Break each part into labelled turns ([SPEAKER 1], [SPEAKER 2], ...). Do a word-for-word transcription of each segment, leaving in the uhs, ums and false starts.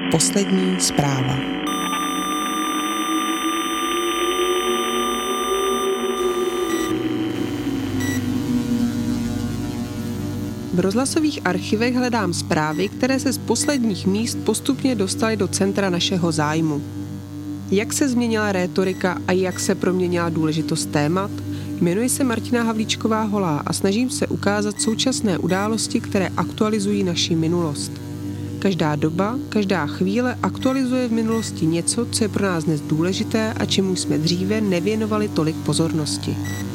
[SPEAKER 1] Poslední zpráva. V rozhlasových archivech hledám zprávy, které se z posledních míst postupně dostaly do centra našeho zájmu. Jak se změnila rétorika a jak se proměnila důležitost témat? Jmenuji se Martina Havlíčková Holá a snažím se ukázat současné události, které aktualizují naši minulost. Každá doba, každá chvíle aktualizuje v minulosti něco, co je pro nás dnes důležité a čemu jsme dříve nevěnovali tolik pozornosti.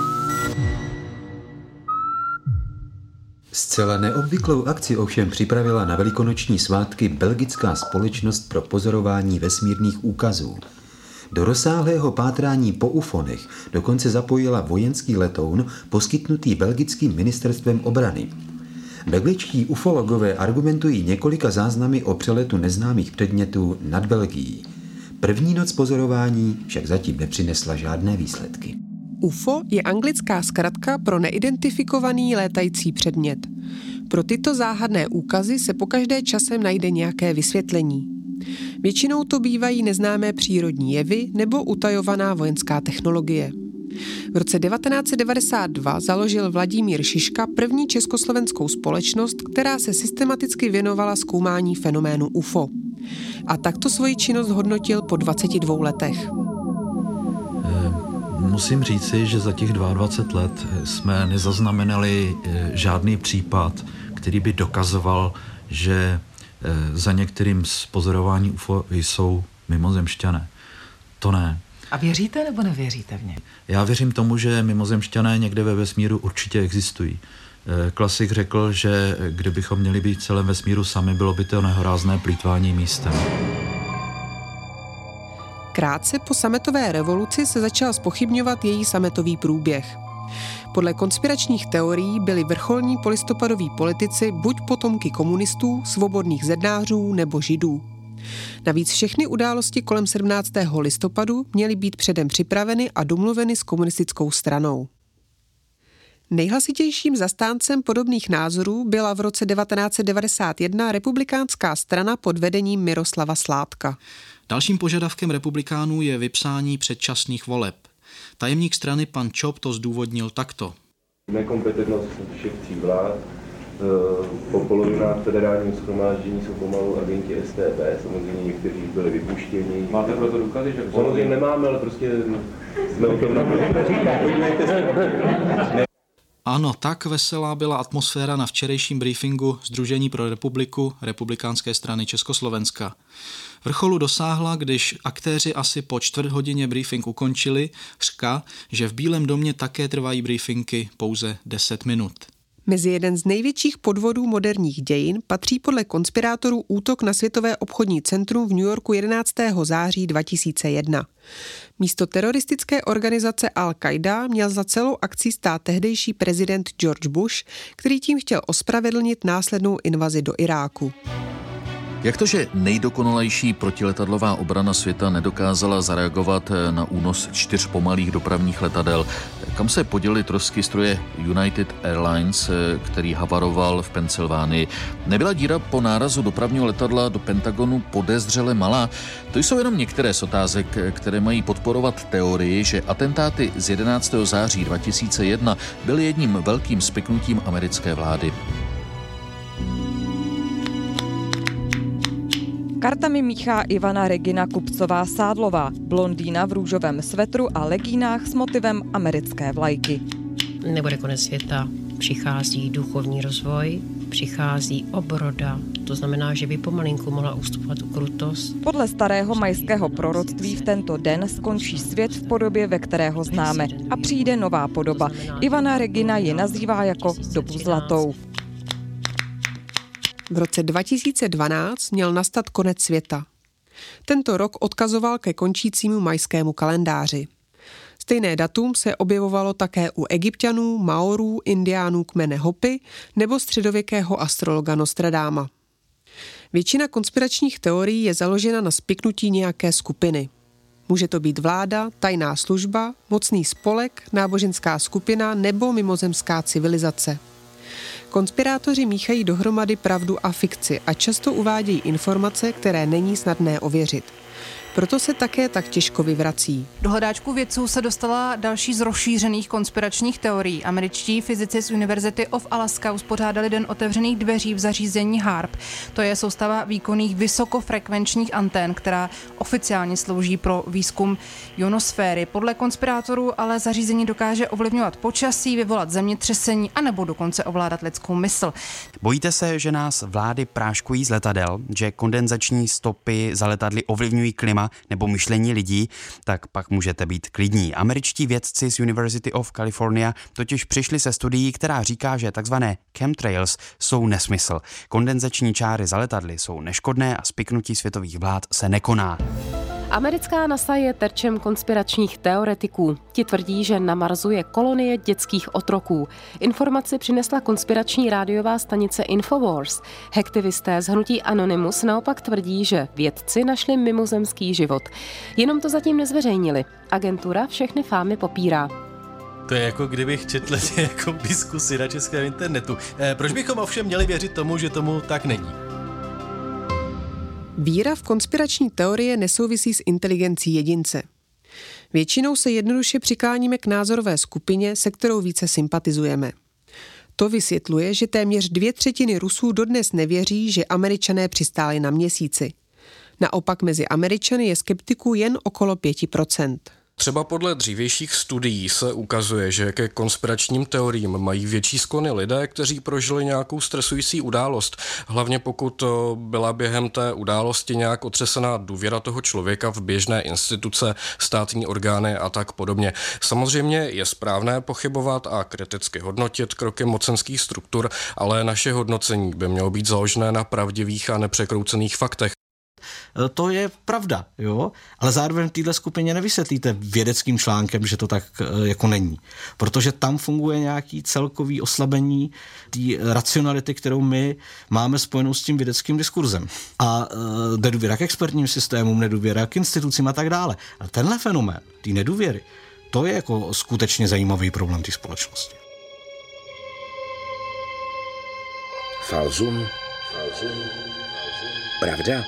[SPEAKER 2] Zcela neobvyklou akci ovšem připravila na velikonoční svátky belgická společnost pro pozorování vesmírných úkazů. Do rozsáhlého pátrání po ufonech dokonce zapojila vojenský letoun poskytnutý belgickým ministerstvem obrany. Belgičtí ufologové argumentují několika záznamy o přeletu neznámých předmětů nad Belgií. První noc pozorování však zatím nepřinesla žádné výsledky.
[SPEAKER 1] U F O je anglická zkratka pro neidentifikovaný létající předmět. Pro tyto záhadné úkazy se pokaždé časem najde nějaké vysvětlení. Většinou to bývají neznámé přírodní jevy nebo utajovaná vojenská technologie. V roce devatenáct set devadesát dva založil Vladimír Šiška první československou společnost, která se systematicky věnovala zkoumání fenoménu U F O. A takto svoji činnost hodnotil po dvaceti dvou letech.
[SPEAKER 3] Musím říci, že za těch dvacet dva let jsme nezaznamenali žádný případ, který by dokazoval, že za některým z pozorování U F O jsou mimozemšťané. To ne.
[SPEAKER 4] A věříte nebo nevěříte v ně?
[SPEAKER 3] Já věřím tomu, že mimozemšťané někde ve vesmíru určitě existují. Klasik řekl, že kdybychom měli být v celém vesmíru sami, bylo by to nehorázné plýtvání místem.
[SPEAKER 1] Krátce po sametové revoluci se začal zpochybňovat její sametový průběh. Podle konspiračních teorií byli vrcholní polistopadoví politici buď potomky komunistů, svobodných zednářů nebo židů. Navíc všechny události kolem sedmnáctého listopadu měly být předem připraveny a domluveny s komunistickou stranou. Nejhlasitějším zastáncem podobných názorů byla v roce devatenáct set devadesát jedna republikánská strana pod vedením Miroslava Sládka.
[SPEAKER 5] Dalším požadavkem republikánů je vypsání předčasných voleb. Tajemník strany pan Čop to zdůvodnil takto.
[SPEAKER 6] Nekompetentnost všech tří vlád, po polovinách federálního shromáždění jsou pomalu agenti S T B, samozřejmě někteří byli vypuštěni.
[SPEAKER 7] Máte proto důkazy, že...
[SPEAKER 6] Samozřejmě nemáme, ale prostě jsme o tom nakonec.
[SPEAKER 5] Ano, tak veselá byla atmosféra na včerejším briefingu Sdružení pro republiku Republikánské strany Československa. Vrcholu dosáhla, když aktéři asi po čtvrt hodině briefing ukončili, řka, že v Bílém domě také trvají briefingy pouze deset minut.
[SPEAKER 1] Mezi jeden z největších podvodů moderních dějin patří podle konspirátorů útok na Světové obchodní centrum v New Yorku jedenáctého září dva tisíce jedna. Místo teroristické organizace Al-Qaida měl za celou akcí stát tehdejší prezident George Bush, který tím chtěl ospravedlnit následnou invazi do Iráku.
[SPEAKER 8] Jak to, že nejdokonalejší protiletadlová obrana světa nedokázala zareagovat na únos čtyř pomalých dopravních letadel? Kam se podělily trosky stroje United Airlines, který havaroval v Pensylvánii? Nebyla díra po nárazu dopravního letadla do Pentagonu podezřele malá? To jsou jenom některé z otázek, které mají podporovat teorii, že atentáty z jedenáctého září dva tisíce jedna byly jedním velkým spiknutím americké vlády.
[SPEAKER 9] Kartami míchá Ivana Regina Kupcová-Sádlová, blondýna v růžovém svetru a legínách s motivem americké vlajky.
[SPEAKER 10] Nebude konec světa, přichází duchovní rozvoj, přichází obroda, to znamená, že by pomalinku mohla ustupovat krutost.
[SPEAKER 9] Podle starého majského proroctví v tento den skončí svět v podobě, ve které ho známe, a přijde nová podoba. Ivana Regina ji nazývá jako dobu zlatou.
[SPEAKER 1] V roce dva tisíce dvanáct měl nastat konec světa. Tento rok odkazoval ke končícímu majskému kalendáři. Stejné datum se objevovalo také u Egypťanů, Maorů, Indiánů kmene Hopi nebo středověkého astrologa Nostradáma. Většina konspiračních teorií je založena na spiknutí nějaké skupiny. Může to být vláda, tajná služba, mocný spolek, náboženská skupina nebo mimozemská civilizace. Konspirátoři míchají dohromady pravdu a fikci a často uvádějí informace, které není snadné ověřit. Proto se také tak těžko vyvrací.
[SPEAKER 7] Do hledáčku vědců se dostala další z rozšířených konspiračních teorií. Američtí fyzici z University of Alaska uspořádali den otevřených dveří v zařízení HAARP. To je soustava výkonných vysokofrekvenčních antén, která oficiálně slouží pro výzkum ionosféry. Podle konspirátorů ale zařízení dokáže ovlivňovat počasí, vyvolat zemětřesení a nebo dokonce ovládat lidskou mysl.
[SPEAKER 11] Bojíte se, že nás vlády práškují z letadel, že kondenzační stopy za letadly ovlivňují klima nebo myšlení lidí, tak pak můžete být klidní. Američtí vědci z University of California totiž přišli se studií, která říká, že takzvané chemtrails jsou nesmysl. Kondenzační čáry za letadly jsou neškodné a spiknutí světových vlád se nekoná.
[SPEAKER 12] Americká NASA je terčem konspiračních teoretiků. Ti tvrdí, že na Marsu je kolonie dětských otroků. Informaci přinesla konspirační rádiová stanice Infowars. Hektivisté z hnutí Anonymous naopak tvrdí, že vědci našli mimozemský život. Jenom to zatím nezveřejnili. Agentura všechny fámy popírá.
[SPEAKER 13] To je jako kdybych četl jako diskusy na českém internetu. E, proč bychom ovšem měli věřit tomu, že tomu tak není?
[SPEAKER 1] Víra v konspirační teorie nesouvisí s inteligencí jedince. Většinou se jednoduše přikláníme k názorové skupině, se kterou více sympatizujeme. To vysvětluje, že téměř dvě třetiny Rusů dodnes nevěří, že Američané přistáli na Měsíci. Naopak mezi Američany je skeptiků jen okolo pět procent.
[SPEAKER 14] Třeba podle dřívějších studií se ukazuje, že ke konspiračním teoriím mají větší sklony lidé, kteří prožili nějakou stresující událost. Hlavně pokud byla během té události nějak otřesená důvěra toho člověka v běžné instituce, státní orgány a tak podobně. Samozřejmě je správné pochybovat a kriticky hodnotit kroky mocenských struktur, ale naše hodnocení by mělo být založené na pravdivých a nepřekroucených faktech.
[SPEAKER 15] To je pravda, jo, ale zároveň v této skupině nevysvětlíte vědeckým článkem, že to tak jako není, protože tam funguje nějaký celkový oslabení té racionality, kterou my máme spojenou s tím vědeckým diskurzem. A e, nedůvěra k expertním systémům, nedůvěra k institucím a tak dále. A tenhle fenomén, té nedůvěry, to je jako skutečně zajímavý problém té společnosti.
[SPEAKER 16] Falzum, falzum, pravda.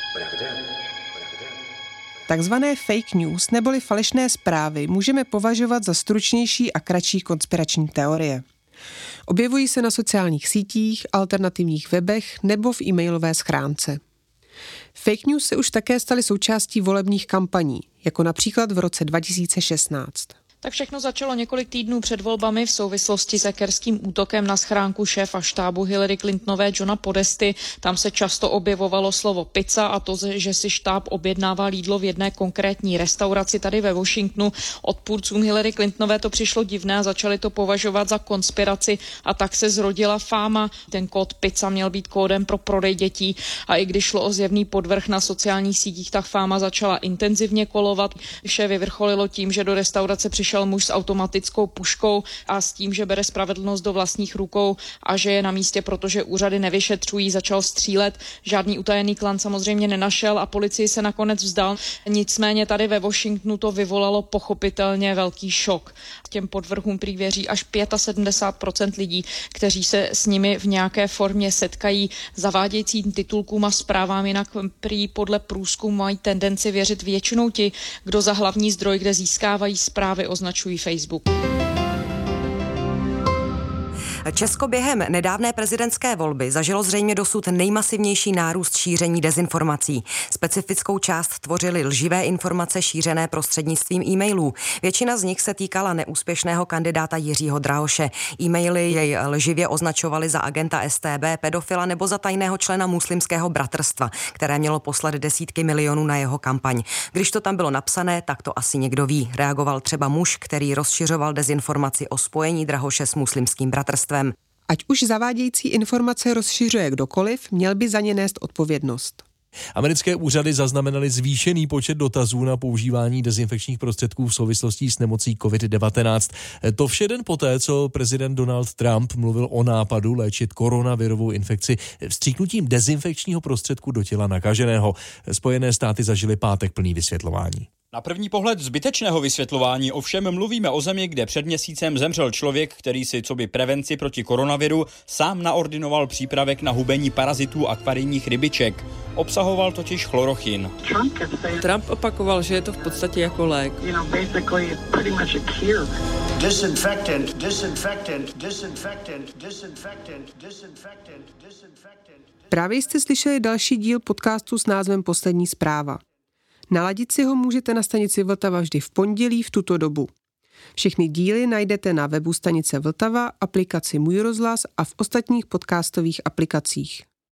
[SPEAKER 1] Takzvané fake news neboli falešné zprávy můžeme považovat za stručnější a kratší konspirační teorie. Objevují se na sociálních sítích, alternativních webech nebo v e-mailové schránce. Fake news se už také staly součástí volebních kampaní, jako například v roce dva tisíce šestnáct.
[SPEAKER 17] Tak všechno začalo několik týdnů před volbami v souvislosti s hackerským útokem na schránku šéfa štábu Hillary Clintonové Johna Podesty. Tam se často objevovalo slovo pizza a to, že si štáb objednával jídlo v jedné konkrétní restauraci tady ve Washingtonu. Odpůrcům Hillary Clintonové to přišlo divné a začali to považovat za konspiraci a tak se zrodila fáma. Ten kód pizza měl být kódem pro prodej dětí a i když šlo o zjevný podvrh na sociálních sítích, tak fáma začala intenzivně kolovat. Vše vyvrcholilo tím, že do restaurace přišel muž s automatickou puškou a s tím, že bere spravedlnost do vlastních rukou a že je na místě, protože úřady nevyšetřují, začal střílet. Žádný utajený klan samozřejmě nenašel a policii se nakonec vzdal. Nicméně tady ve Washingtonu to vyvolalo pochopitelně velký šok. Těm podvrhům prý věří až sedmdesát pět procent lidí, kteří se s nimi v nějaké formě setkají. Zavádějícím titulkům a zprávám jinak prý podle průzkumu mají tendenci věřit většinou ti, kdo za hlavní zdroj, kde získávají zprávy, označují Facebook.
[SPEAKER 18] Česko během nedávné prezidentské volby zažilo zřejmě dosud nejmasivnější nárůst šíření dezinformací. Specifickou část tvořily lživé informace šířené prostřednictvím e-mailů. Většina z nich se týkala neúspěšného kandidáta Jiřího Drahoše. E-maily jej lživě označovaly za agenta S T B, pedofila nebo za tajného člena muslimského bratrstva, které mělo poslat desítky milionů na jeho kampaň. Když to tam bylo napsané, tak to asi někdo ví. Reagoval třeba muž, který rozšiřoval dezinformaci o spojení Drahoše s muslimským bratrstvem.
[SPEAKER 1] Ať už zavádějící informace rozšiřuje kdokoliv, měl by za ně nést odpovědnost.
[SPEAKER 19] Americké úřady zaznamenaly zvýšený počet dotazů na používání dezinfekčních prostředků v souvislosti s nemocí covid devatenáct. To vše den poté, co prezident Donald Trump mluvil o nápadu léčit koronavirovou infekci vstříknutím dezinfekčního prostředku do těla nakaženého. Spojené státy zažily pátek plný vysvětlování.
[SPEAKER 20] Na první pohled zbytečného vysvětlování ovšem mluvíme o zemi, kde před měsícem zemřel člověk, který si coby prevenci proti koronaviru sám naordinoval přípravek na hubení parazitů akvarijních rybiček. Obsahoval totiž chlorochin.
[SPEAKER 21] Trump opakoval, že je to v podstatě jako lék.
[SPEAKER 22] Disinfectant, disinfectant, disinfectant, disinfectant, disinfectant, disinfectant.
[SPEAKER 1] Právě jste slyšeli další díl podcastu s názvem Poslední zpráva. Naladit si ho můžete na stanici Vltava vždy v pondělí v tuto dobu. Všechny díly najdete na webu stanice Vltava, aplikaci Můj rozhlas a v ostatních podcastových aplikacích.